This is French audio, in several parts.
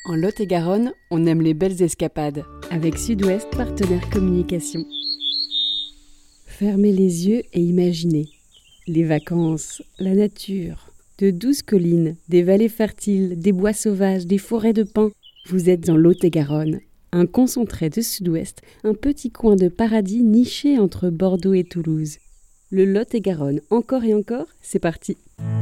En Lot-et-Garonne, on aime les belles escapades. Avec Sud-Ouest, partenaire communication. Fermez les yeux et imaginez. Les vacances, la nature, de douces collines, des vallées fertiles, des bois sauvages, des forêts de pins. Vous êtes en Lot-et-Garonne, un concentré de Sud-Ouest, un petit coin de paradis niché entre Bordeaux et Toulouse. Le Lot-et-Garonne, encore et encore, c'est parti.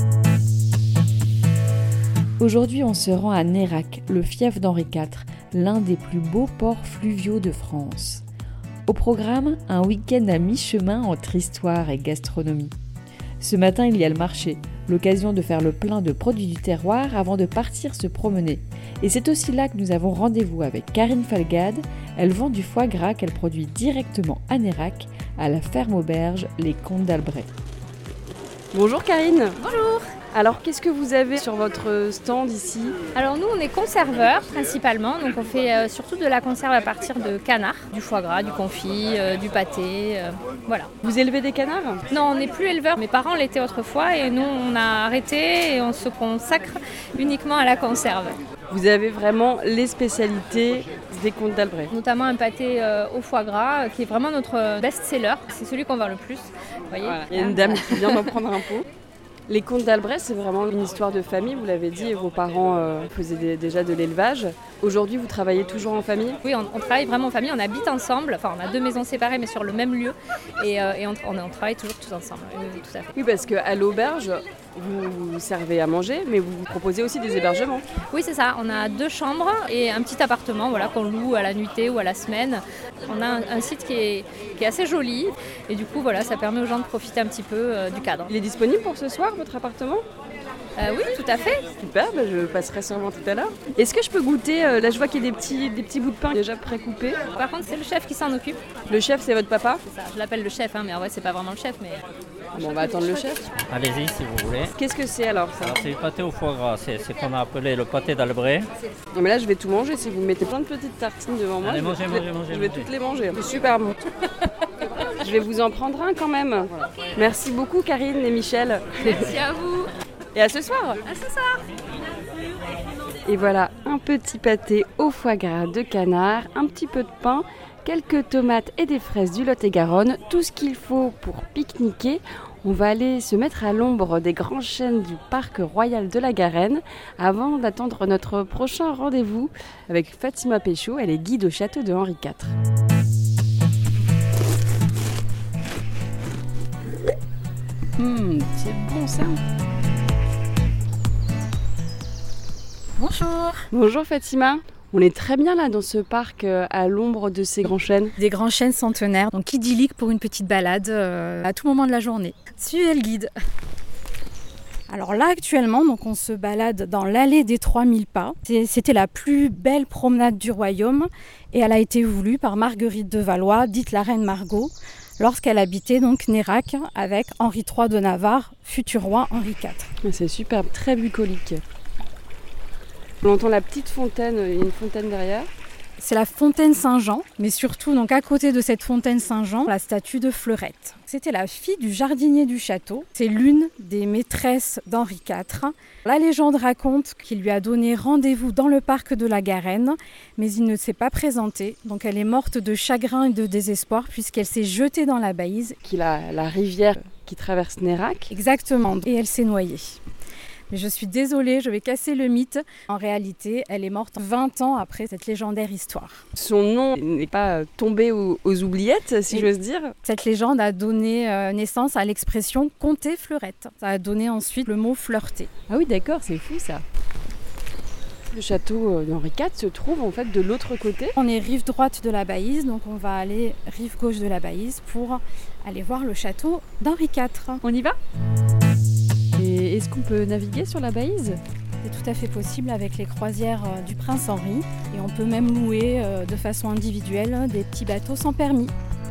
Aujourd'hui, on se rend à Nérac, le fief d'Henri IV, l'un des plus beaux ports fluviaux de France. Au programme, un week-end à mi-chemin entre histoire et gastronomie. Ce matin, il y a le marché, l'occasion de faire le plein de produits du terroir avant de partir se promener. Et c'est aussi là que nous avons rendez-vous avec Karine Falgade. Elle vend du foie gras qu'elle produit directement à Nérac, à la ferme auberge Les Comtes d'Albret. Bonjour Karine. Bonjour. Alors, qu'est-ce que vous avez sur votre stand ici ? Alors nous, on est conserveurs principalement, donc on fait surtout de la conserve à partir de canards, du foie gras, du confit, du pâté, voilà. Vous élevez des canards ? Non, on n'est plus éleveurs, mes parents l'étaient autrefois et nous on a arrêté et on se consacre uniquement à la conserve. Vous avez vraiment les spécialités des Comtes d'Albret. Notamment un pâté au foie gras qui est vraiment notre best-seller, c'est celui qu'on vend le plus. Voyez, voilà. Il y a une dame qui vient d'en prendre un pot. Les Comtes d'Albret, c'est vraiment une histoire de famille, vous l'avez dit, vos parents faisaient déjà de l'élevage. Aujourd'hui, vous travaillez toujours en famille ? Oui, on travaille vraiment en famille, on habite ensemble, enfin on a 2 maisons séparées mais sur le même lieu et on travaille toujours tous ensemble, tout à fait. Oui, parce qu'à l'auberge, vous servez à manger, mais vous proposez aussi des hébergements. Oui, c'est ça, on a 2 chambres et un petit appartement qu'on loue à la nuitée ou à la semaine. On a un site qui est assez joli et du coup voilà, ça permet aux gens de profiter un petit peu du cadre. Il est disponible pour ce soir, votre appartement ? Oui, tout à fait. Super, je passerai sûrement tout à l'heure. Est-ce que je peux goûter, là je vois qu'il y a des petits bouts de pain déjà précoupés. Par contre, c'est le chef qui s'en occupe. Le chef, c'est votre papa ? C'est ça, je l'appelle le chef, mais en vrai, c'est pas vraiment le chef. Mais... Bon, on va attendre le chef. Allez-y si vous voulez. Qu'est-ce que c'est alors ça ? Alors, c'est le pâté au foie gras, c'est ce qu'on a appelé le pâté d'Albret. Non mais là je vais tout manger, si vous mettez plein de petites tartines devant moi, Allez, je vais toutes les manger. C'est super bon. Je vais vous en prendre un quand même. Merci beaucoup Karine et Michel. Merci à vous. Et à ce soir. À ce soir. Et voilà, un petit pâté au foie gras de canard, un petit peu de pain, quelques tomates et des fraises du Lot-et-Garonne, tout ce qu'il faut pour pique-niquer. On va aller se mettre à l'ombre des grands chênes du parc royal de la Garenne avant d'attendre notre prochain rendez-vous avec Fatima Péchaud, elle est guide au château de Henri IV. C'est bon ça. Bonjour. Bonjour Fatima. On est très bien là dans ce parc à l'ombre de ces grands chênes. Des grands chênes centenaires, donc idylliques pour une petite balade à tout moment de la journée. Suivez le guide. Alors là actuellement, donc on se balade dans l'allée des 3000 pas. C'était la plus belle promenade du royaume et elle a été voulue par Marguerite de Valois, dite la reine Margot, lorsqu'elle habitait donc Nérac avec Henri III de Navarre, futur roi Henri IV. C'est superbe, très bucolique. On entend la petite fontaine, il y a une fontaine derrière. C'est la fontaine Saint-Jean, mais surtout donc à côté de cette fontaine Saint-Jean, la statue de Fleurette. C'était la fille du jardinier du château. C'est l'une des maîtresses d'Henri IV. La légende raconte qu'il lui a donné rendez-vous dans le parc de la Garenne, mais il ne s'est pas présenté. Donc elle est morte de chagrin et de désespoir puisqu'elle s'est jetée dans la Baïse. Qui est la rivière qui traverse Nérac. Exactement, et elle s'est noyée. Mais je suis désolée, je vais casser le mythe. En réalité, elle est morte 20 ans après cette légendaire histoire. Son nom n'est pas tombé aux oubliettes, si j'ose dire. Cette légende a donné naissance à l'expression « compter fleurette ». Ça a donné ensuite le mot « flirter ». Ah oui, d'accord, c'est fou ça. Le château d'Henri IV se trouve en fait de l'autre côté. On est rive droite de la Baïse, donc on va aller rive gauche de la Baïse pour aller voir le château d'Henri IV. On y va ? Et est-ce qu'on peut naviguer sur la Baïse ? C'est tout à fait possible avec les croisières du Prince Henri. Et on peut même louer de façon individuelle des petits bateaux sans permis.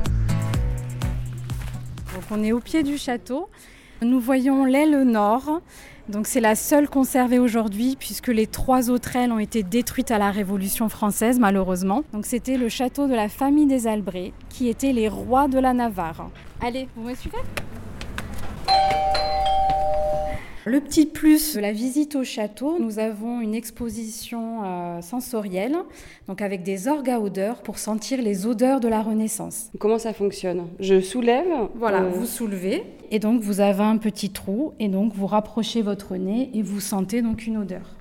Donc on est au pied du château. Nous voyons l'aile nord. Donc c'est la seule conservée aujourd'hui puisque les 3 autres ailes ont été détruites à la Révolution française malheureusement. Donc c'était le château de la famille des Albret qui étaient les rois de la Navarre. Allez, vous me suivez ? Le petit plus de la visite au château, nous avons une exposition sensorielle, donc avec des orgues à odeurs pour sentir les odeurs de la Renaissance. Comment ça fonctionne? Je soulève. Voilà, vous soulevez et donc vous avez un petit trou et donc vous rapprochez votre nez et vous sentez donc une odeur.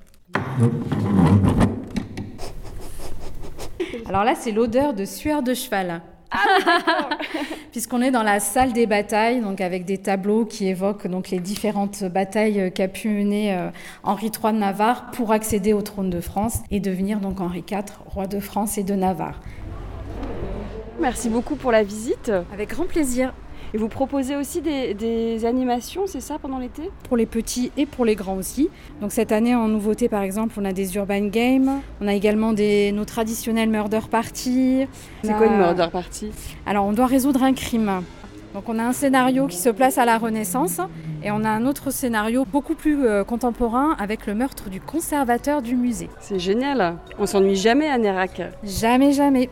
Alors là, c'est l'odeur de sueur de cheval. Puisqu'on est dans la salle des batailles, donc avec des tableaux qui évoquent donc les différentes batailles qu'a pu mener Henri III de Navarre pour accéder au trône de France et devenir donc Henri IV, roi de France et de Navarre. Merci beaucoup pour la visite. Avec grand plaisir. Et vous proposez aussi des animations, c'est ça, pendant l'été? Pour les petits et pour les grands aussi. Donc cette année, en nouveauté, par exemple, on a des urban games. On a également nos traditionnels murder party. C'est quoi une murder party? Alors, on doit résoudre un crime. Donc on a un scénario qui se place à la Renaissance et on a un autre scénario beaucoup plus contemporain avec le meurtre du conservateur du musée. C'est génial. On s'ennuie jamais à Nérac. Jamais, jamais.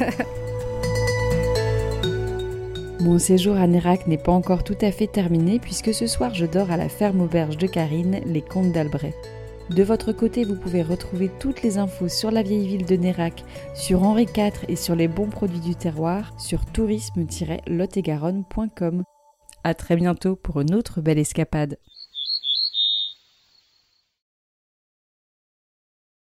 Mon séjour à Nérac n'est pas encore tout à fait terminé puisque ce soir je dors à la ferme auberge de Carine, les Comtes d'Albret. De votre côté, vous pouvez retrouver toutes les infos sur la vieille ville de Nérac, sur Henri IV et sur les bons produits du terroir sur tourisme-lot-et-garonne.com. À très bientôt pour une autre belle escapade.